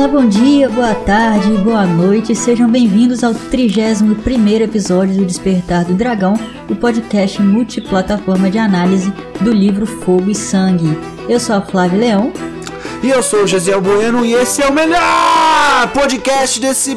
Olá, bom dia, boa tarde, boa noite, sejam bem-vindos ao 31º episódio do Despertar do Dragão, o podcast multiplataforma de análise do livro Fogo e Sangue. Eu sou a Flávia Leão. E eu sou o Gesiel Bueno e esse é o melhor podcast desse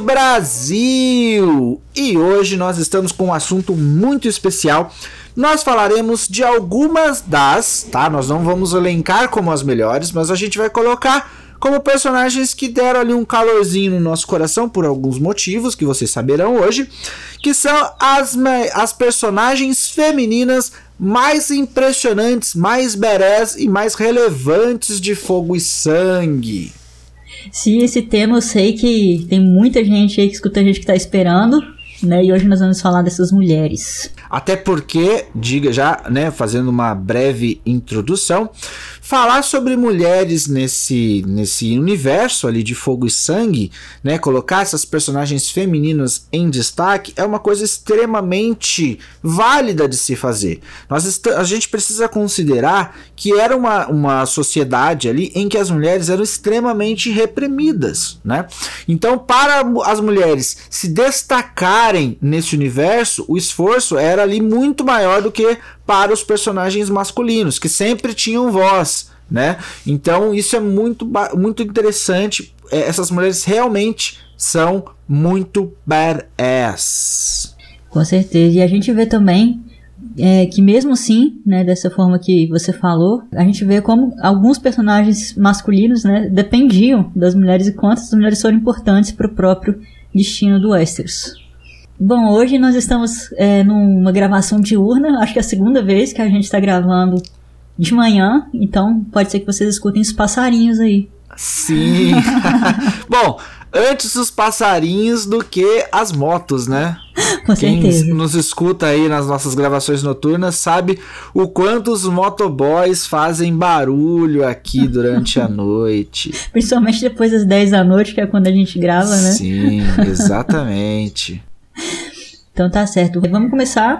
Brasil! E hoje nós estamos com um assunto muito especial. Nós falaremos de algumas das, tá? Nós não vamos elencar como as melhores, mas a gente vai colocar como personagens que deram ali um calorzinho no nosso coração por alguns motivos que vocês saberão hoje, que são as personagens femininas mais impressionantes, mais badass e mais relevantes de Fogo e Sangue. Sim, esse tema eu sei que tem muita gente aí que escuta a gente que tá esperando, né? E hoje nós vamos falar dessas mulheres. Até porque, diga já, né, fazendo uma breve introdução, falar sobre mulheres nesse universo ali de Fogo e Sangue, né, colocar essas personagens femininas em destaque é uma coisa extremamente válida de se fazer. A gente precisa considerar que era uma sociedade ali em que as mulheres eram extremamente reprimidas, né? Então, para as mulheres se destacarem nesse universo, o esforço era ali muito maior do que para os personagens masculinos, que sempre tinham voz, né? Então isso é muito interessante. Essas mulheres realmente são muito badass. Com certeza. E a gente vê também que mesmo assim, né, dessa forma que você falou, a gente vê como alguns personagens masculinos, né, dependiam das mulheres e quantas mulheres foram importantes para o próprio destino do Westeros. Bom, hoje nós estamos numa gravação diurna, acho que é a segunda vez que a gente está gravando de manhã, então pode ser que vocês escutem os passarinhos aí. Sim! Bom, antes os passarinhos do que as motos, né? Com certeza. Quem nos escuta aí nas nossas gravações noturnas sabe o quanto os motoboys fazem barulho aqui durante a noite. Principalmente depois das 10 da noite, que é quando a gente grava, né? Sim, exatamente. Então tá certo. Vamos começar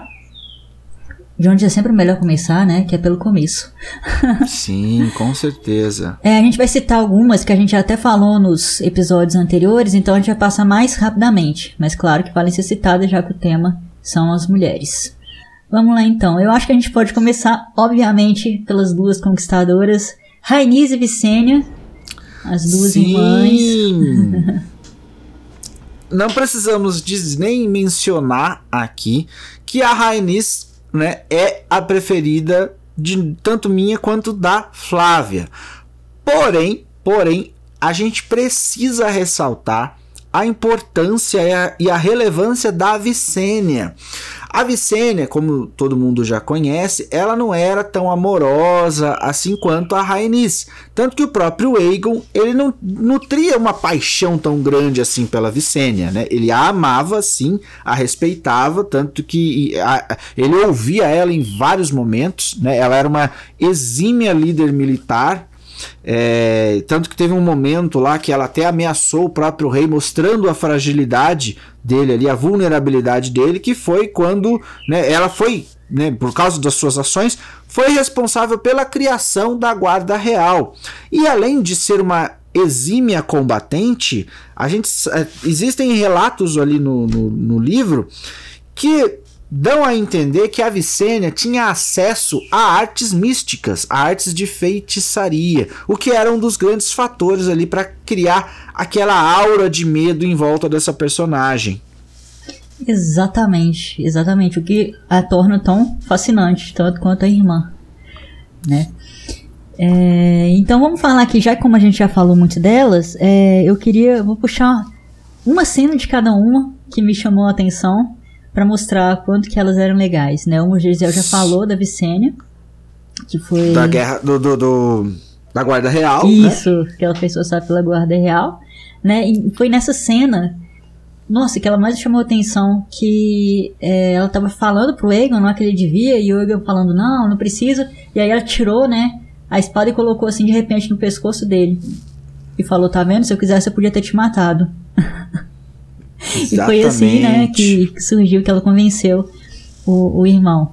de onde é sempre melhor começar, né? Que é pelo começo. Sim, com certeza. A gente vai citar algumas que a gente até falou nos episódios anteriores, então a gente vai passar mais rapidamente. Mas claro que valem ser citadas, já que o tema são as mulheres. Vamos lá então. Eu acho que a gente pode começar, obviamente, pelas duas conquistadoras, Rhaenys e Visenya, as duas irmãs. Não precisamos nem mencionar aqui que a Rhaenys, né, é a preferida de tanto minha quanto da Flávia. Porém, a gente precisa ressaltar a importância e a relevância da Visenya. A Visenya, como todo mundo já conhece, ela não era tão amorosa assim quanto a Rhaenys. Tanto que o próprio Aegon, ele não nutria uma paixão tão grande assim pela Visenya, né? Ele a amava sim, a respeitava, tanto que ele ouvia ela em vários momentos, né? Ela era uma exímia líder militar. Tanto que teve um momento lá que ela até ameaçou o próprio rei, mostrando a fragilidade dele ali, a vulnerabilidade dele, que foi quando, né, ela foi, né, por causa das suas ações, foi responsável pela criação da Guarda Real. E além de ser uma exímia combatente, existem relatos ali no livro que dão a entender que a Visenya tinha acesso a artes místicas, a artes de feitiçaria, o que era um dos grandes fatores ali para criar aquela aura de medo em volta dessa personagem. Exatamente, o que a torna tão fascinante, tanto quanto a irmã, né? Então vamos falar aqui, já que como a gente já falou muito delas, vou puxar uma cena de cada uma que me chamou a atenção, para mostrar quanto que elas eram legais, né? O Gesiel já falou da Visenya, que foi... Da guerra da Guarda Real, isso, né? Que ela fez passar pela Guarda Real, né? E foi nessa cena, nossa, que ela mais chamou a atenção, que ela tava falando pro Aegon, não, que ele devia, e o Aegon falando, não precisa, e aí ela tirou, né, a espada e colocou assim de repente no pescoço dele, e falou, tá vendo, se eu quisesse eu podia ter te matado. Exatamente. E foi assim, né, que surgiu, que ela convenceu o irmão.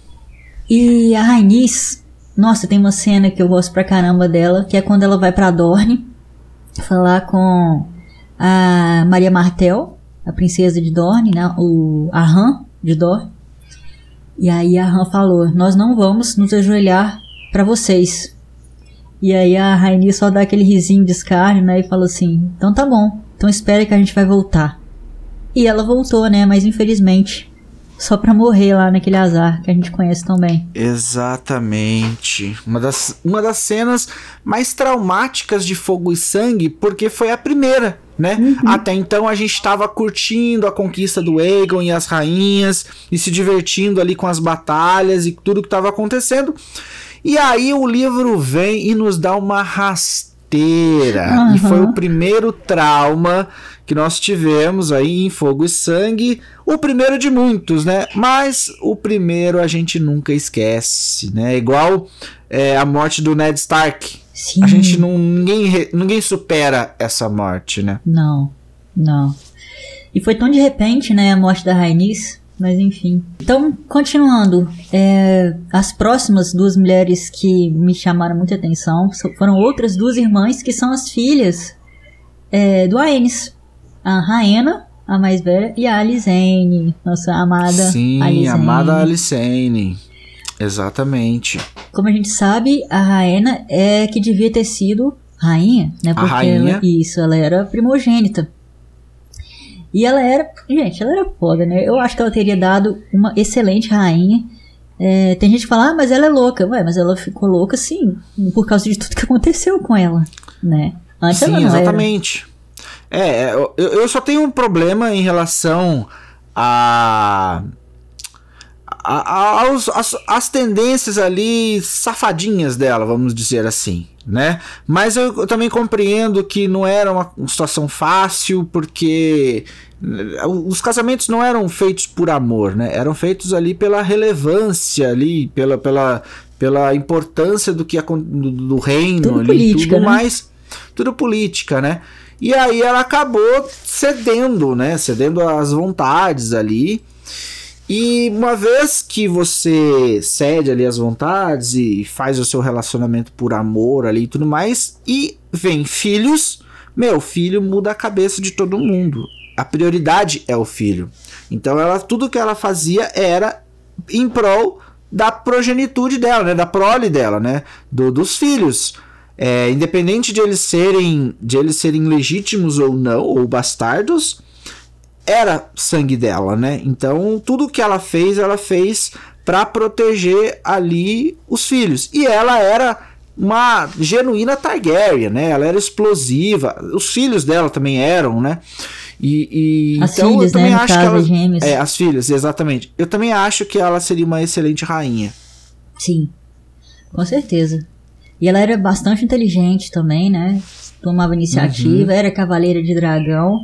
E a Rhaenys, nossa, tem uma cena que eu gosto pra caramba dela, que é quando ela vai pra Dorne, falar com a Maria Martell, a princesa de Dorne, né? A Han de Dorne. E aí a Han falou: nós não vamos nos ajoelhar para vocês. E aí a Rhaenys só dá aquele risinho de escárnio, né? E falou assim: então tá bom, então espere que a gente vai voltar. E ela voltou, né? Mas infelizmente só pra morrer lá naquele azar que a gente conhece tão bem. Exatamente. Uma das cenas mais traumáticas de Fogo e Sangue, porque foi a primeira, né? Até então a gente estava curtindo a conquista do Aegon e as rainhas, e se divertindo ali com as batalhas e tudo que estava acontecendo. E aí o livro vem e nos dá uma rasteira. E foi o primeiro trauma que nós tivemos aí em Fogo e Sangue, o primeiro de muitos, né? Mas o primeiro a gente nunca esquece, né? Igual a morte do Ned Stark. Sim. A gente ninguém supera essa morte, né? Não. E foi tão de repente, né, a morte da Rhaenys, mas enfim. Então, continuando, as próximas duas mulheres que me chamaram muita atenção foram outras duas irmãs que são as filhas do Aenys. A Rhaena, a mais velha, e a Alysanne, nossa amada Alysanne. Sim, amada Alysanne. Exatamente. Como a gente sabe, a Rhaena é que devia ter sido rainha, né? Porque ela era primogênita. E ela era foda, né? Eu acho que ela teria dado uma excelente rainha. Tem gente que fala, mas ela é louca. Ué, mas ela ficou louca, sim, por causa de tudo que aconteceu com ela, né? Antes ela não exatamente. Eu só tenho um problema em relação às tendências ali safadinhas dela, vamos dizer assim, né? Mas eu também compreendo que não era uma situação fácil, porque os casamentos não eram feitos por amor, né? Eram feitos ali pela relevância ali, pela importância do reino, tudo ali, política, tudo né? mais, tudo política, né? E aí ela acabou cedendo, né? Cedendo às vontades ali. E uma vez que você cede ali as vontades e faz o seu relacionamento por amor ali e tudo mais, e vem filhos, filho muda a cabeça de todo mundo. A prioridade é o filho. Então tudo que ela fazia era em prol da progenitude dela, né? Da prole dela, né? Dos filhos. Independente de eles serem legítimos ou não, ou bastardos, era sangue dela, né? Então tudo que ela fez para proteger ali os filhos. E ela era uma genuína Targaryen, né? Ela era explosiva. Os filhos dela também eram, né? As então filhas, eu também né? acho que ela, gêmeas. as filhas, exatamente. Eu também acho que ela seria uma excelente rainha. Sim, com certeza. E ela era bastante inteligente também, né? Tomava iniciativa, era cavaleira de dragão.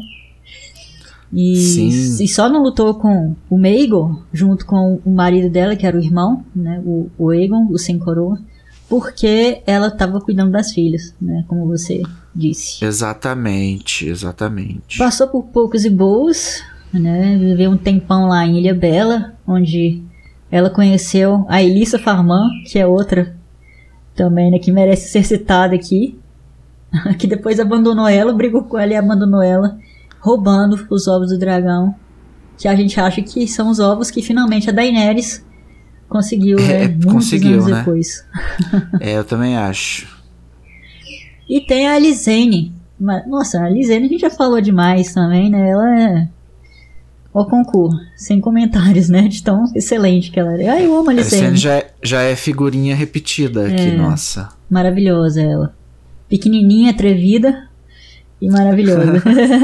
E só não lutou com o Maegor, junto com o marido dela, que era o irmão, né? O Aegon, o sem coroa, porque ela estava cuidando das filhas, né? Como você disse. Exatamente. Passou por poucos e boas, né? Viveu um tempão lá em Ilha Bela, onde ela conheceu a Elissa Farman, que é outra também, né, que merece ser citada aqui, que depois abandonou ela, brigou com ela e abandonou ela, roubando os ovos do dragão, que a gente acha que são os ovos que finalmente a Daenerys conseguiu, né, muitos anos depois. Eu também acho. E tem a Alysanne. Nossa, a Alysanne a gente já falou demais também, né, ela é o concurso, sem comentários, né, de tão excelente que ela era. Eu amo a Alysanne. Já é figurinha repetida aqui, nossa. Maravilhosa ela. Pequenininha, atrevida e maravilhosa.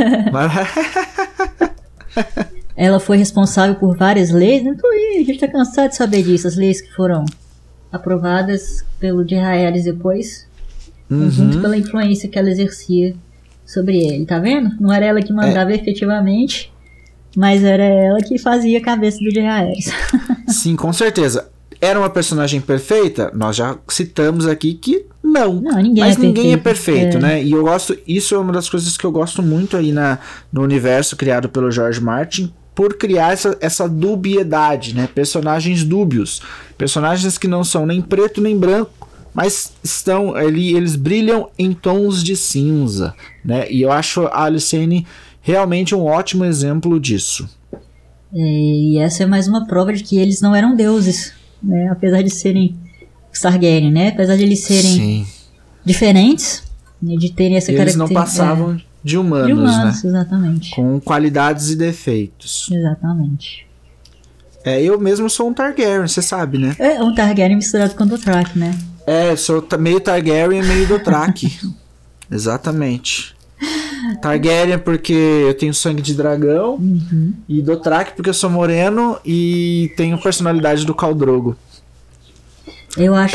Ela foi responsável por várias leis, né? A gente tá cansado de saber disso, as leis que foram aprovadas pelo Jaehaerys depois, junto pela influência que ela exercia sobre ele, tá vendo? Não era ela que mandava efetivamente, mas era ela que fazia a cabeça do Jaehaerys. Sim, com certeza. Era uma personagem perfeita? Nós já citamos aqui que não. Ninguém é perfeito, né? E eu gosto, isso é uma das coisas que eu gosto muito aí no universo criado pelo George Martin, por criar essa dubiedade, né? Personagens dúbios. Personagens que não são nem preto nem branco, mas eles brilham em tons de cinza, né? E eu acho a Alicent realmente um ótimo exemplo disso. E essa é mais uma prova de que eles não eram deuses, né? Apesar de serem Targaryen, né? Apesar de eles serem diferentes, né? De terem essa característica. Eles não passavam de humanos, né? Exatamente. Com qualidades e defeitos. Exatamente. Eu mesmo sou um Targaryen, você sabe, né? É um Targaryen misturado com Dothraki, né? Eu sou meio Targaryen e meio Dothraki. Exatamente. Targaryen porque eu tenho sangue de dragão, e Dothraki porque eu sou moreno e tenho personalidade do Khal Drogo. Eu acho.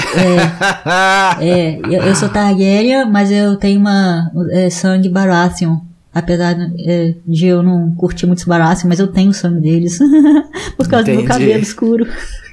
Eu sou Targaryen, mas eu tenho sangue Baratheon. Apesar de eu não curtir muito os Baratheon, mas eu tenho o sangue deles. Por causa do meu cabelo escuro.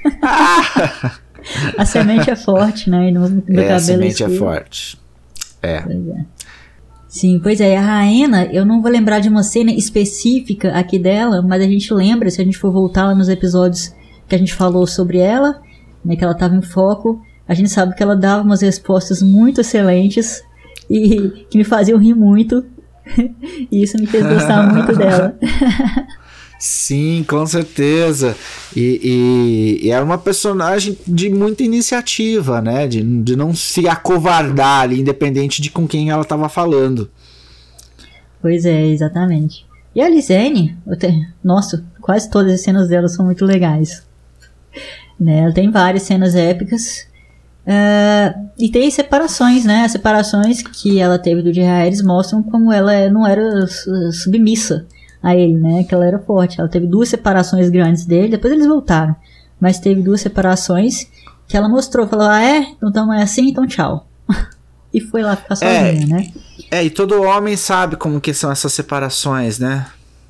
A semente é forte, né? E no meu cabelo a semente escuro. É forte. Pois é. Sim, pois é. A Rhaena, eu não vou lembrar de uma cena específica aqui dela, mas a gente lembra, se a gente for voltar lá nos episódios que a gente falou sobre ela, né, que ela estava em foco, a gente sabe que ela dava umas respostas muito excelentes e que me faziam rir muito. E isso me fez gostar muito dela. Sim, com certeza. E é uma personagem de muita iniciativa, né? De não se acovardar ali, independente de com quem ela estava falando. Pois é, exatamente. E a Alicent, nossa, quase todas as cenas dela são muito legais. Né? Ela tem várias cenas épicas. E tem separações, né? As separações que ela teve do Jaehaerys mostram como ela não era submissa a ele, né? Que ela era forte. Ela teve 2 separações grandes dele, depois eles voltaram. Mas teve 2 separações que ela mostrou. Falou, então não é assim, então tchau. E foi lá ficar sozinha, né? E todo homem sabe como que são essas separações, né?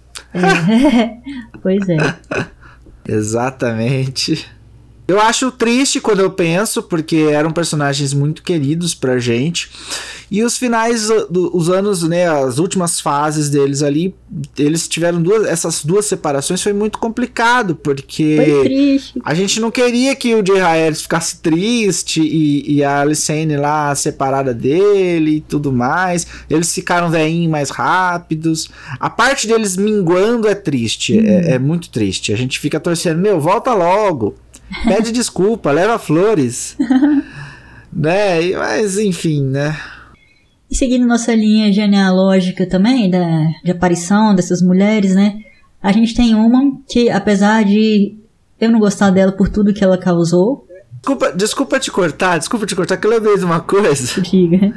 Pois é. Exatamente. Eu acho triste quando eu penso, porque eram personagens muito queridos pra gente. E os finais dos anos, né, as últimas fases deles ali, eles tiveram essas 2 separações, foi muito complicado, porque foi triste. A gente não queria que o Jaehaerys ficasse triste e a Alicent lá separada dele e tudo mais. Eles ficaram velhinhos mais rápidos. A parte deles minguando é triste, é muito triste. A gente fica torcendo, volta logo. Pede desculpa, leva flores. Né? Mas enfim, né? E seguindo nossa linha genealógica também, de aparição dessas mulheres, né? A gente tem uma que, apesar de eu não gostar dela por tudo que ela causou... Desculpa te cortar, que eu lembrei de uma coisa. Diga.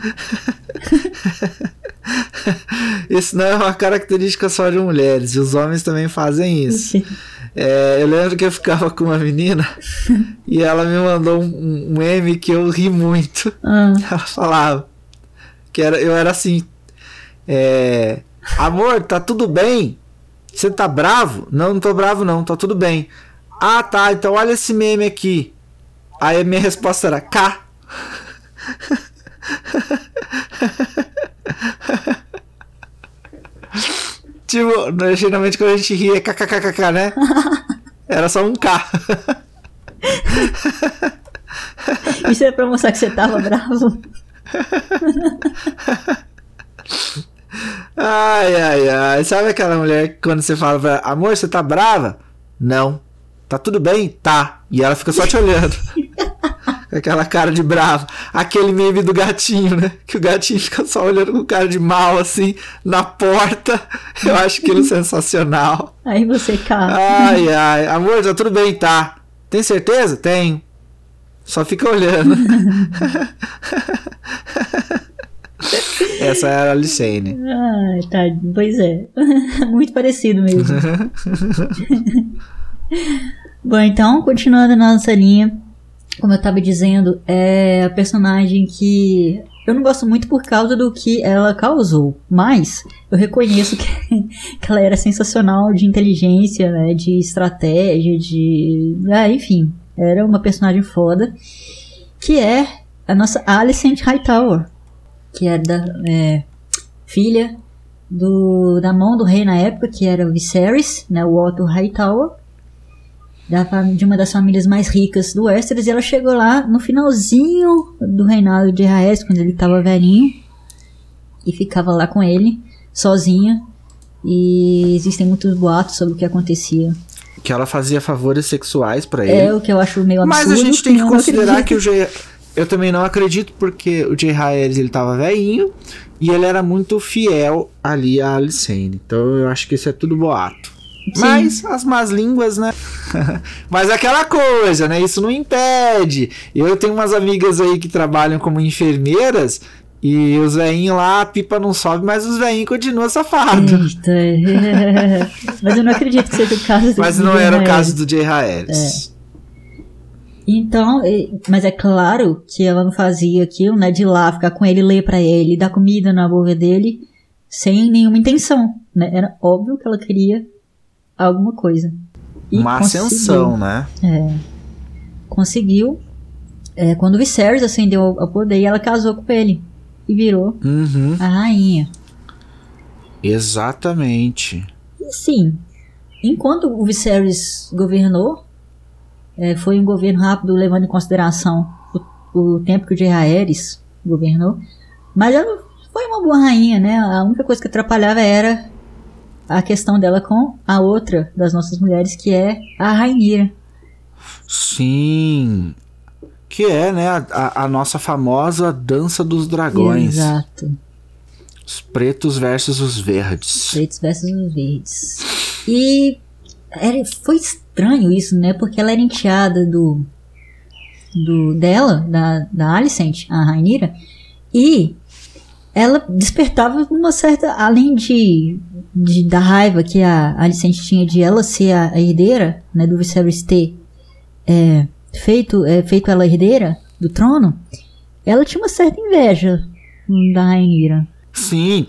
Isso não é uma característica só de mulheres, os homens também fazem isso. Eu lembro que eu ficava com uma menina e ela me mandou um meme que eu ri muito. Ela falava que eu era assim: amor, tá tudo bem? Você tá bravo? Não tô bravo não, tá tudo bem. Ah, tá, então olha esse meme aqui. Aí a minha resposta era K. Tipo, geralmente quando a gente ria é kkkk, né? Era só um K. Isso é pra mostrar que você tava bravo? Ai. Sabe aquela mulher que quando você fala pra ela, amor, você tá brava? Não. Tá tudo bem? Tá. E ela fica só te olhando. Com aquela cara de bravo. Aquele meme do gatinho, né? Que o gatinho fica só olhando com cara de mal, assim, na porta. Eu acho aquilo sensacional. Aí você cai. Ai. Amor, tá tudo bem, tá. Tem certeza? Tenho. Só fica olhando. Essa era a Alicent. Tá. Pois é. Muito parecido mesmo. Bom, então, continuando na nossa linha, como eu tava dizendo, é a personagem que eu não gosto muito por causa do que ela causou, mas eu reconheço que ela era sensacional de inteligência, né, de estratégia, enfim, era uma personagem foda, que é a nossa Alicent Hightower, que era filha da mão do rei na época, que era o Viserys, né, o Otto Hightower. de uma das famílias mais ricas do Westeros, e ela chegou lá no finalzinho do reinado de Jaehaerys, quando ele estava velhinho, e ficava lá com ele, sozinha, e existem muitos boatos sobre o que acontecia. Que ela fazia favores sexuais pra ele. O que eu acho meio absurdo. Mas a gente tem que considerar que eu também não acredito, porque o Jaehaerys, ele tava velhinho, e ele era muito fiel ali a Alicent. Então eu acho que isso é tudo boato. Sim. Mas as más línguas, né? Mas aquela coisa, né? Isso não impede. Eu tenho umas amigas aí que trabalham como enfermeiras, e os velhinhos lá, a pipa não sobe, mas os velhinhos continuam safados. Mas eu não acredito que seja o caso do Mas não era o caso do Jaehaerys. Então, mas é claro que ela não fazia aquilo, né, de ir lá, ficar com ele, ler pra ele, dar comida na boca dele, sem nenhuma intenção, né? Era óbvio que ela queria alguma coisa. E uma ascensão, né? Conseguiu. Quando o Viserys ascendeu ao poder, ela casou com ele e virou a rainha. Exatamente. E sim, enquanto o Viserys governou, foi um governo rápido, levando em consideração o tempo que o Jaehaerys governou, mas ela foi uma boa rainha, né? A única coisa que atrapalhava era a questão dela com a outra das nossas mulheres, que é a Rhaenyra. Sim, que é, né, a nossa famosa dança dos dragões. Exato. Os pretos versus os verdes. Pretos versus os verdes. E foi estranho isso, né? Porque ela era enteada da Alicent, a Rhaenyra, e ela despertava uma certa, além da raiva que a Alicent tinha de ela ser a herdeira, né, do Viserys ter feito ela herdeira do trono, ela tinha uma certa inveja da Rhaenyra. Sim,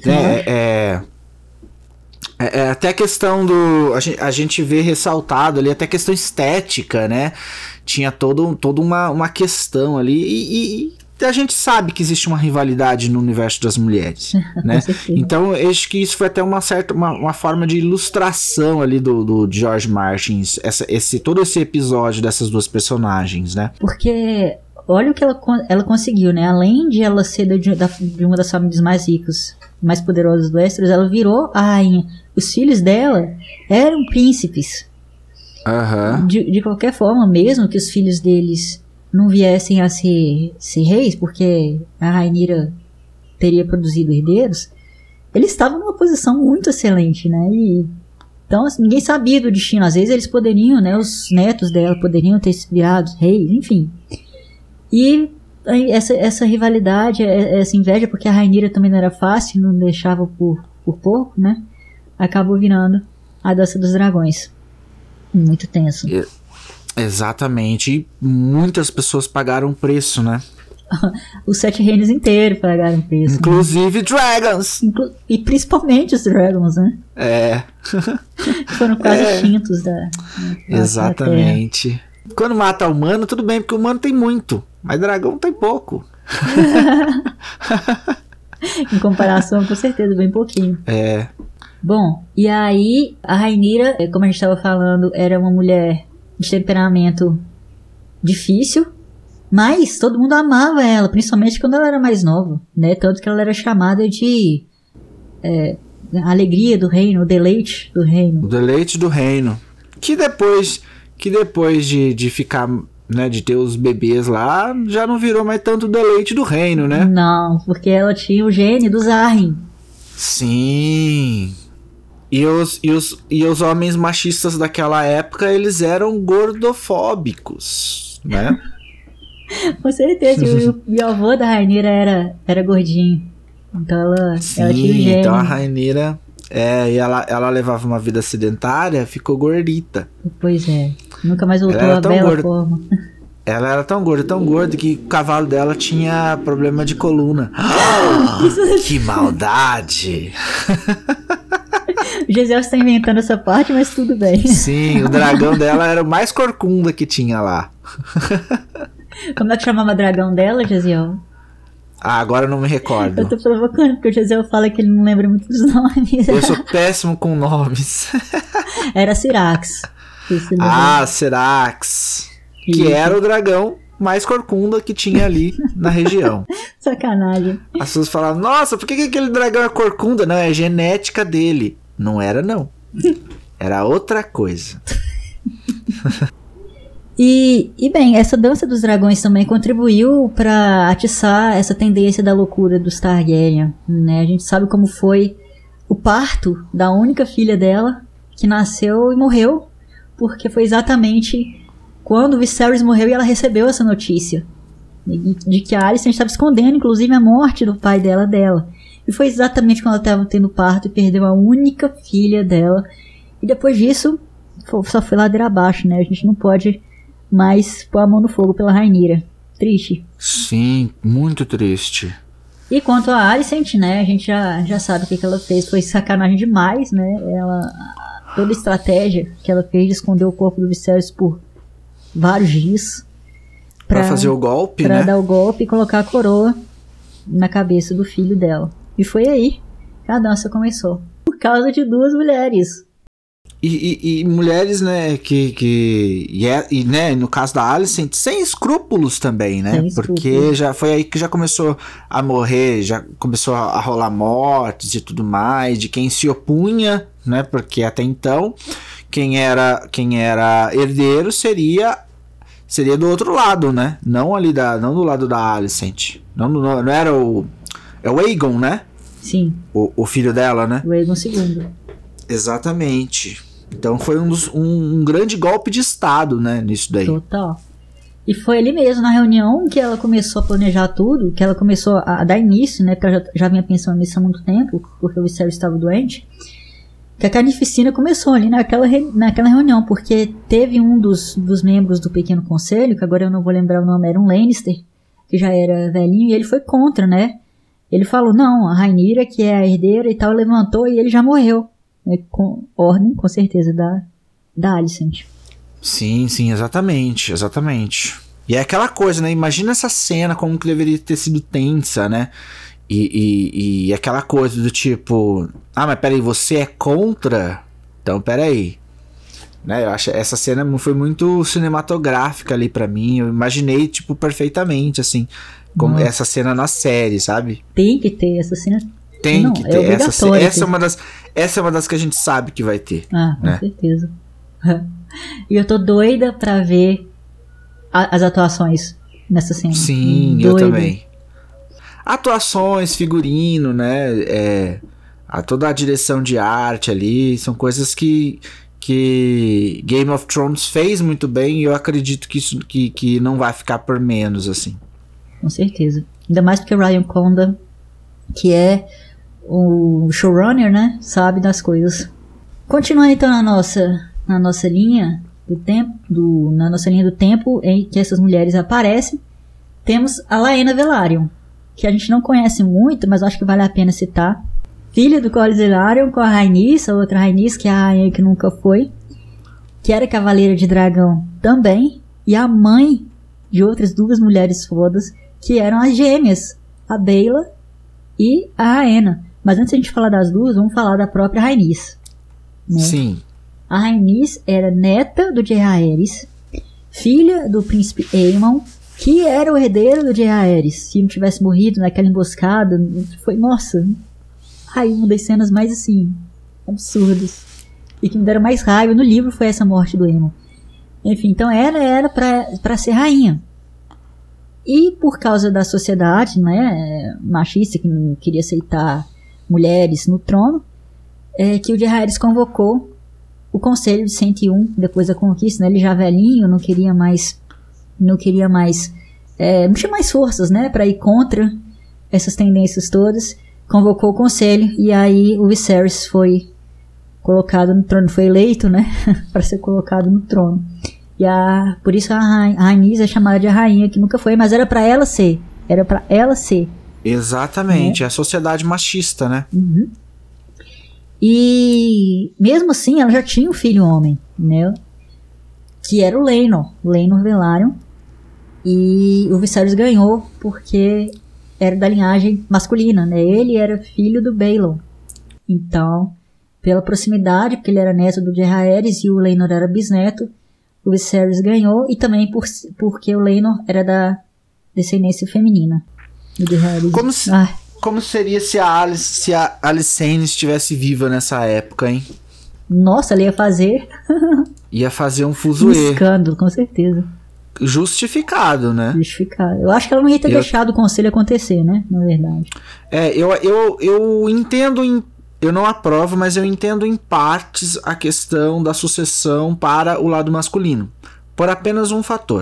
até a questão a gente vê ressaltado ali, até a questão estética, né? Tinha toda uma questão ali, e a gente sabe que existe uma rivalidade no universo das mulheres, né? Então, eu acho que isso foi até uma forma de ilustração ali do George Martin, todo esse episódio dessas duas personagens, né? Porque olha o que ela conseguiu, né? Além de ela ser de uma das famílias mais ricas, mais poderosas do Westeros, ela virou a rainha. Os filhos dela eram príncipes. De qualquer forma, mesmo que os filhos deles não viessem a ser reis, porque a Rhaenyra teria produzido herdeiros, eles estavam numa posição muito excelente, né? Então, assim, ninguém sabia do destino. Às vezes eles poderiam, né? Os netos dela poderiam ter virado reis, enfim. E essa rivalidade, essa inveja, porque a Rhaenyra também não era fácil, não deixava por pouco, né? Acabou virando a Dança dos Dragões. Muito tenso. Exatamente. E muitas pessoas pagaram preço, né? Os 7 reinos inteiros pagaram preço. Inclusive, né? Dragons. E principalmente os Dragons, né? Foram quase extintos da Exatamente. Terra. Quando mata humano, tudo bem, porque o humano tem muito, mas dragão tem pouco. Em comparação, com certeza, bem pouquinho. Bom, e aí a Rhaenyra, como a gente estava falando, era uma mulher de temperamento difícil, mas todo mundo amava ela, principalmente quando ela era mais nova, né? Tanto que ela era chamada de a alegria do reino, o deleite do reino. O deleite do reino. Que depois de ficar, né, de ter os bebês lá, já não virou mais tanto o deleite do reino, né? Não, porque ela tinha o gene dos Arryn. Sim. E os homens machistas daquela época, eles eram gordofóbicos, né? Com certeza. E o avô da Rhaenyra era gordinho. Então ela tinha o gene. Então a Rhaenyra... e ela levava uma vida sedentária, ficou gordita. Pois é. Nunca mais voltou à bela forma. Ela era tão gorda que o cavalo dela tinha problema de coluna. Que maldade! O Gesiel está inventando essa parte, mas tudo bem. Sim, o dragão dela era o mais corcunda que tinha lá. Como é que chamava o dragão dela, Gesiel? Agora eu não me recordo. Eu tô provocando, porque o Gesiel fala que ele não lembra muito dos nomes. Eu sou péssimo com nomes. Era Syrax. Serax, que era o dragão mais corcunda que tinha ali na região. Sacanagem. As pessoas falavam, nossa, por que aquele dragão é corcunda? Não, é genética dele. Não era, não. Era outra coisa. E bem, essa dança dos dragões também contribuiu para atiçar essa tendência da loucura dos Targaryen, né? A gente sabe como foi o parto da única filha dela, que nasceu e morreu, porque foi exatamente quando o Viserys morreu e ela recebeu essa notícia de que a Alicent estava escondendo, inclusive, a morte do pai dela. E foi exatamente quando ela estava tendo parto e perdeu a única filha dela. E depois disso, só foi ladeira abaixo, né? A gente não pode mais pôr a mão no fogo pela Rhaenyra. Triste. Sim, muito triste. E quanto a Alicent, né? A gente já sabe o que ela fez. Foi sacanagem demais, né? Toda a estratégia que ela fez de esconder o corpo do Viserys por vários dias. Pra fazer o golpe, pra né? Pra dar o golpe e colocar a coroa na cabeça do filho dela. E foi aí que a dança começou. Por causa de duas mulheres. E mulheres, né, né, no caso da Alicent, sem escrúpulos também, né? Porque já foi aí que já começou a morrer, já começou a rolar mortes e tudo mais, de quem se opunha, né? Porque até então, quem era herdeiro seria do outro lado, né? Não do lado da Alicent. Não era é o Aegon, né? Sim. O filho dela, né? O Aegon II. Exatamente. Então foi um grande golpe de estado, né, nisso daí. Total. E foi ali mesmo, na reunião, que ela começou a planejar tudo, que ela começou a dar início, né, porque ela já vinha pensando nisso há muito tempo, porque o Viserys estava doente, que a carnificina começou ali naquela reunião, porque teve um dos membros do Pequeno Conselho, que agora eu não vou lembrar o nome, era um Lannister, que já era velhinho, e ele foi contra, né. Ele falou, não, a Rhaenyra, que é a herdeira e tal, levantou e ele já morreu. Com ordem, com certeza, da Alicent. Sim, exatamente. E é aquela coisa, né? Imagina essa cena como que deveria ter sido tensa, né? E aquela coisa do tipo... Ah, mas peraí, você é contra? Então peraí. Né? Eu acho essa cena foi muito cinematográfica ali pra mim. Eu imaginei, tipo, perfeitamente, assim, como essa cena na série, sabe? Tem que ter essa cena. Tem que ter. Essa é uma das que a gente sabe que vai ter. Ah, com né? certeza. E eu tô doida pra ver as atuações nessa cena. Sim, doida. Eu também. Atuações, figurino, né? Toda a direção de arte ali, são coisas que Game of Thrones fez muito bem, e eu acredito que isso que não vai ficar por menos, assim. Com certeza. Ainda mais porque o Ryan Condon, que é o showrunner, né, sabe das coisas. Continuando então na nossa linha do tempo, na nossa linha do tempo em que essas mulheres aparecem, temos a Laena Velaryon, que a gente não conhece muito, mas acho que vale a pena citar. Filha do Corlys Velaryon com a Rhaenys, a outra Rhaenys, que é a rainha que nunca foi, que era cavaleira de dragão também, e a mãe de outras duas mulheres fodas, que eram as gêmeas, a Baela e a Rhaena. Mas antes de a gente falar das duas, vamos falar da própria Rhaenys. Né? Sim. A Rhaenys era neta do Jaehaerys, filha do príncipe Aemon, que era o herdeiro do Jaehaerys. Se não tivesse morrido naquela emboscada, foi, nossa, uma das cenas mais, assim, absurdas. E que me deram mais raiva no livro foi essa morte do Aemon. Enfim, então ela era pra ser rainha. E por causa da sociedade, né, machista, que não queria aceitar mulheres no trono, que o Jaehaerys convocou o Conselho de 101 depois da conquista, né, ele já velhinho, não tinha mais forças, né, para ir contra essas tendências todas, convocou o Conselho, e aí o Viserys foi colocado no trono, foi eleito, né, para ser colocado no trono. E por isso a Rhaenys é chamada de a rainha, que nunca foi, mas era pra ela ser. Exatamente, é a sociedade machista, né? Uhum. E mesmo assim, ela já tinha um filho homem, né? Que era o Laenor Velaryon. E o Viserys ganhou porque era da linhagem masculina, né? Ele era filho do Baelon. Então, pela proximidade, porque ele era neto do Jaehaerys e o Laenor era bisneto, o Viserys ganhou, e também porque o Laenor era da descendência feminina. Como seria se a Alicent estivesse viva nessa época, hein? Nossa, ela ia fazer... Ia fazer um fuzuê. Um escândalo, com certeza. Justificado, né? Justificado. Eu acho que ela não ia ter deixado o conselho acontecer, né? Na verdade. Eu entendo, eu não aprovo, mas eu entendo em partes a questão da sucessão para o lado masculino. Por apenas um fator.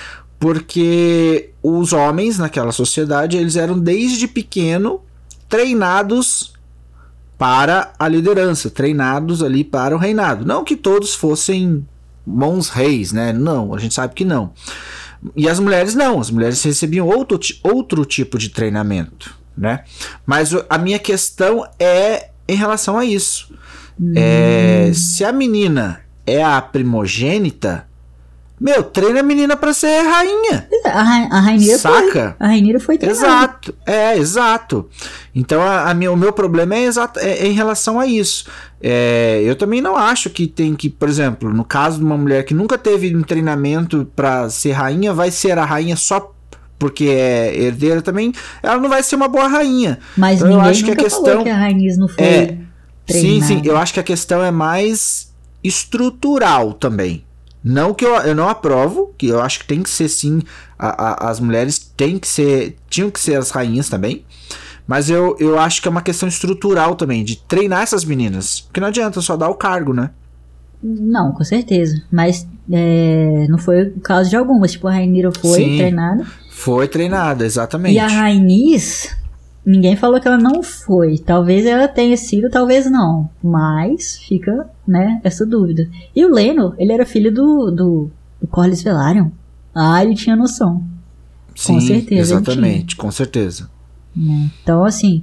Porque os homens naquela sociedade, eles eram desde pequeno treinados para a liderança, treinados ali para o reinado. Não que todos fossem bons reis, né? Não, a gente sabe que não. E as mulheres não, as mulheres recebiam outro tipo de treinamento, né? Mas a minha questão é em relação a isso. Se a menina é a primogênita, treina a menina pra ser rainha. A Rhaenyra saca? A Rhaenyra foi treinada. Exato. Então o meu problema é em relação a isso. Eu também não acho que tem que, por exemplo, no caso de uma mulher que nunca teve um treinamento pra ser rainha, vai ser a rainha só porque é herdeira também, ela não vai ser uma boa rainha. Mas então, ninguém eu acho nunca que a questão falou que a Rhaenys não foi treinada. Sim, eu acho que a questão é mais estrutural também. Não que eu não aprovo, que eu acho que tem que ser sim, as mulheres tinham que ser as rainhas também, mas eu acho que é uma questão estrutural também, de treinar essas meninas, porque não adianta só dar o cargo, né? Não, com certeza, mas não foi o caso de algumas, tipo a Rhaenyra foi treinada. Foi treinada, exatamente. E a Rhaenys, ninguém falou que ela não foi. Talvez ela tenha sido, talvez não. Mas fica, né, essa dúvida. E o Laenor, ele era filho do Corlys Velaryon. Ele tinha noção. Sim, com certeza. Exatamente, com certeza. Então, assim,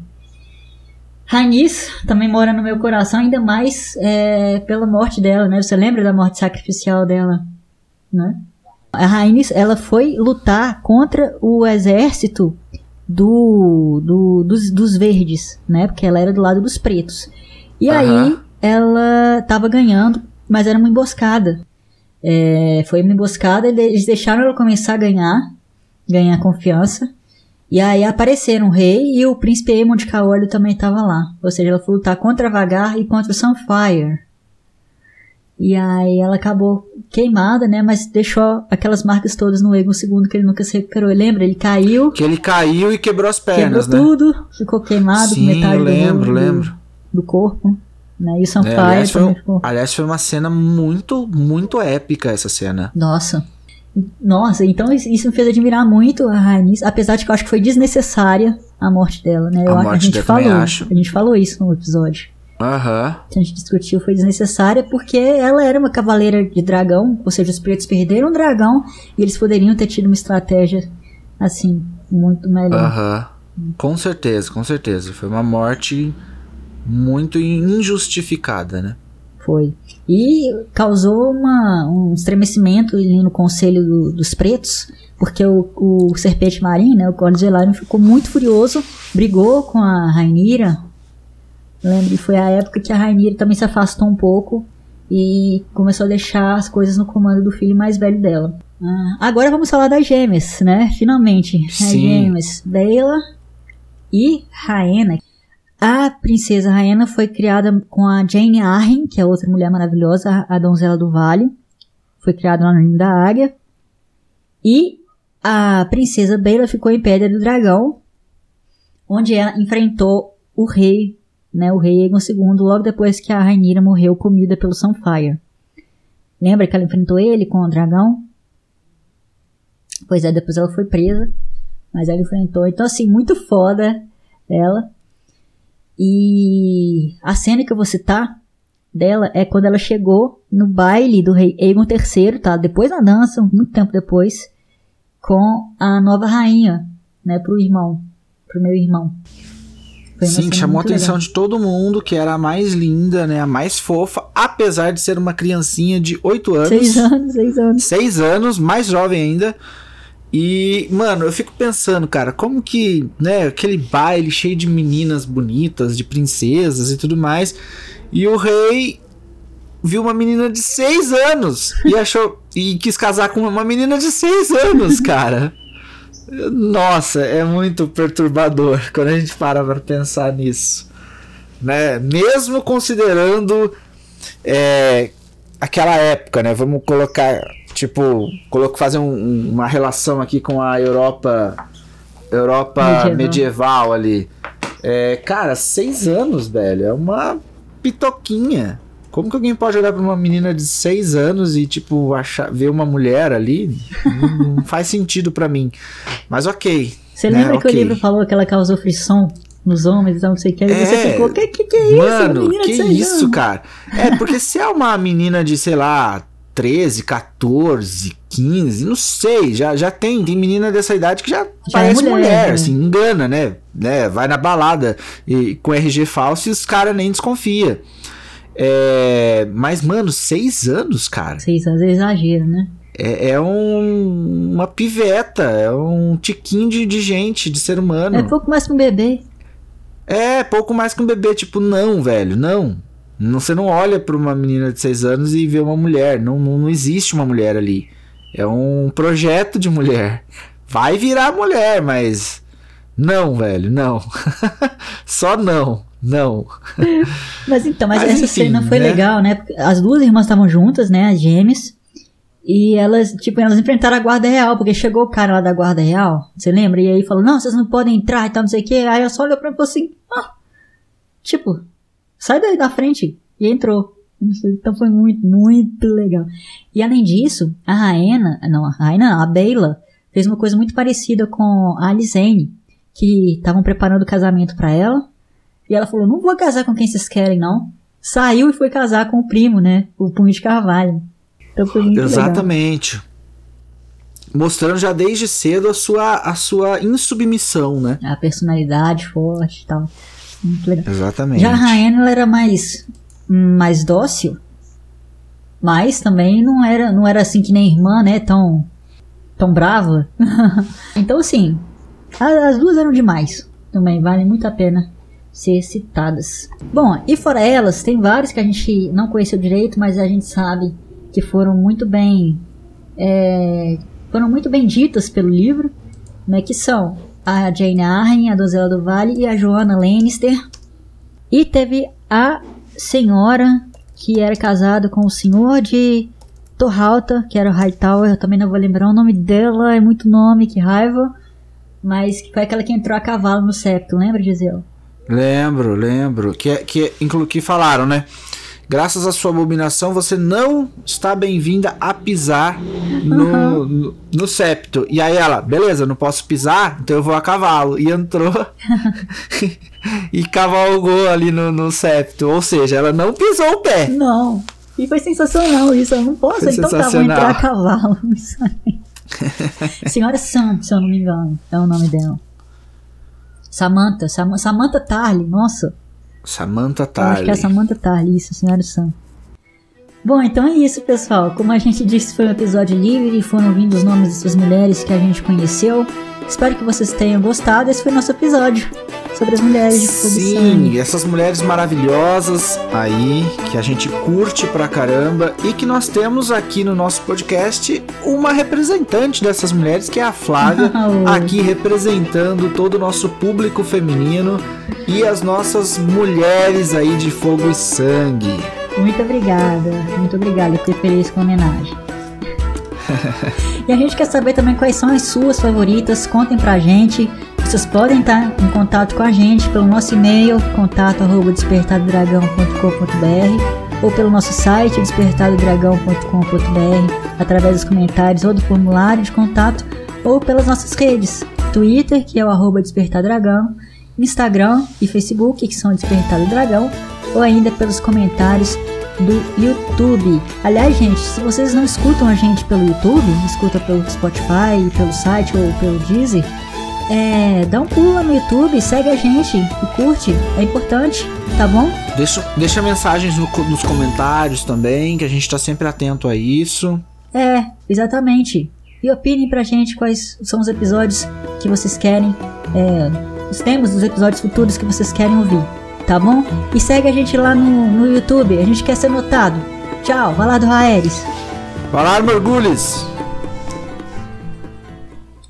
Rhaenys também mora no meu coração, ainda mais pela morte dela, né? Você lembra da morte sacrificial dela, né? A Rhaenys, ela foi lutar contra o exército dos verdes, né? Porque ela era do lado dos pretos. E aí ela tava ganhando, mas era uma emboscada. Foi uma emboscada, eles deixaram ela começar a ganhar confiança. E aí apareceram o rei e o príncipe Aemon de Caorle também tava lá. Ou seja, ela foi lutar contra a Vhagar e contra o Sunfyre. E aí ela acabou queimada, né? Mas deixou aquelas marcas todas no Aegon II, que ele nunca se recuperou. Lembra? Ele caiu. Que ele caiu e quebrou as pernas, quebrou tudo, ficou queimado com metade do corpo. Né? E o Sunfyre também ficou. Aliás, foi uma cena muito, muito épica essa cena. Nossa, então isso me fez admirar muito a Rhaenys, apesar de que eu acho que foi desnecessária a morte dela, né? A gente falou isso no episódio. Que a gente discutiu, foi desnecessária porque ela era uma cavaleira de dragão, ou seja, os pretos perderam o dragão e eles poderiam ter tido uma estratégia assim, muito melhor. Com certeza. Foi uma morte muito injustificada, né? Foi. E causou um estremecimento ali no conselho dos pretos, porque o serpente marinho, né, o Corlys Velaryon, ficou muito furioso, brigou com a Rhaenyra. Lembro que foi a época que a Rhaenyra também se afastou um pouco e começou a deixar as coisas no comando do filho mais velho dela. Agora vamos falar das gêmeas, né? Finalmente. As gêmeas, Baela e Rhaena. A princesa Rhaena foi criada com a Jane Arryn, que é outra mulher maravilhosa, a donzela do vale. Foi criada lá no Ninho da Águia. E a princesa Baela ficou em Pedra do Dragão, onde ela enfrentou o rei, né, o rei Aegon II, logo depois que a Rhaenyra morreu comida pelo Sunfyre. Lembra que ela enfrentou ele com o dragão? Pois é, depois ela foi presa, mas ela enfrentou. Então, assim, muito foda ela. E a cena que eu vou citar dela é quando ela chegou no baile do rei Aegon III, tá? Depois na dança, muito tempo depois, com a nova rainha, né, pro meu irmão. Sim, que chamou a atenção de todo mundo, que era a mais linda, né, a mais fofa, apesar de ser uma criancinha de 8 anos. 6 anos. 6 anos, mais jovem ainda. E, mano, eu fico pensando, cara, como que, né, aquele baile cheio de meninas bonitas, de princesas e tudo mais, E o rei viu uma menina de 6 anos e quis casar com uma menina de 6 anos, cara. Nossa, é muito perturbador quando a gente para pra pensar nisso, né? Mesmo considerando aquela época, né? Vamos colocar, tipo, fazer uma relação aqui com a Europa medieval ali. Cara, 6 anos, velho, é uma pitoquinha. Como que alguém pode olhar pra uma menina de 6 anos e, tipo, ver uma mulher ali? Não faz sentido pra mim. Mas ok. Você lembra que o livro falou que ela causou frisson nos homens, então não sei o que, e você ficou, que é isso? Mano, que isso, cara? Porque se é uma menina de, sei lá, 13, 14, 15, não sei, já tem menina dessa idade que já parece mulher, né? Assim, engana, né? Vai na balada com RG falso e os caras nem desconfiam. Mas, mano, 6 anos, cara. 6 anos é exagero, né? Uma piveta, é um tiquinho de gente, de ser humano. É pouco mais que um bebê. Pouco mais que um bebê. Tipo, não, velho, não. Você não olha pra uma menina de 6 anos e vê uma mulher. Não existe uma mulher ali. É um projeto de mulher. Vai virar mulher, mas... Não, velho, não. Só não. Não. Mas essa enfim, cena foi legal, né? Porque as duas irmãs estavam juntas, né? As gêmeas. E elas enfrentaram a guarda real, porque chegou o cara lá da guarda real, você lembra? E aí falou, não, vocês não podem entrar e tal, não sei o que. Aí ela só olhou pra mim e falou assim, tipo, sai daí da frente. E entrou. Então foi muito, muito legal. E além disso, a Beyla fez uma coisa muito parecida com a Alicenne, que estavam preparando o casamento pra ela. E ela falou, não vou casar com quem vocês querem, não. Saiu e foi casar com o primo, né? O Punho de Carvalho. Então foi muito exatamente. Legal. Mostrando já desde cedo a sua insubmissão, né? A personalidade forte e tal. Muito legal. Exatamente. Já a Rainha, ela era mais dócil. Mas também não era assim que nem irmã, né? Tão brava. Então, assim, as duas eram demais. Também vale muito a pena ser citadas. Bom, e fora elas, tem vários que a gente não conheceu direito, mas a gente sabe que foram muito bem ditas pelo livro, né, que são a Jane Arryn, a Donzela do Vale e a Joanna Lannister. E teve a senhora que era casada com o senhor de Torralta, que era o Hightower, eu também não vou lembrar o nome dela, é muito nome, que raiva, mas que foi aquela que entrou a cavalo no septo, lembra, Gisele? Lembro. Que falaram, né? Graças à sua abominação, você não está bem-vinda a pisar no septo. E aí ela, beleza, não posso pisar, então eu vou a cavalo. E entrou e cavalgou ali no septo. Ou seja, ela não pisou o pé. Não. E foi sensacional isso. Eu não posso, então tá, vou entrar a cavalo. Senhora Sam, se eu não me engano, é o nome dela. Samantha Tarly, nossa. Samantha Tarly. Acho que é a Samantha Tarly, isso, Senhora Sam. Bom, então é isso, pessoal. Como a gente disse, foi um episódio livre e foram vindo os nomes dessas mulheres que a gente conheceu. Espero que vocês tenham gostado. Esse foi o nosso episódio sobre as mulheres de Fogo e Sangue. Sim, essas mulheres maravilhosas aí, que a gente curte pra caramba e que nós temos aqui no nosso podcast uma representante dessas mulheres, que é a Flávia, aqui representando todo o nosso público feminino e as nossas mulheres aí de Fogo e Sangue. Muito obrigada, eu fiquei feliz com a homenagem. E a gente quer saber também quais são as suas favoritas, contem pra gente. Vocês podem estar em contato com a gente pelo nosso e-mail, contato@despertadodragão.com.br, ou pelo nosso site, despertadodragão.com.br, através dos comentários ou do formulário de contato, ou pelas nossas redes, Twitter, que é o @despertadragão, Instagram e Facebook, que são Despertado Dragão, ou ainda pelos comentários do YouTube. Aliás, gente, se vocês não escutam a gente pelo YouTube, escuta pelo Spotify, pelo site ou pelo Deezer, dá um pulo lá no YouTube, segue a gente e curte, é importante, tá bom? Deixa mensagens nos comentários também, que a gente tá sempre atento a isso. Exatamente. E opinem pra gente quais são os episódios que vocês querem, os temas dos episódios futuros que vocês querem ouvir. tá bom? E segue a gente lá no YouTube, a gente quer ser notado. Tchau, vai lá do Aeres. Vai lá, Mergulhos.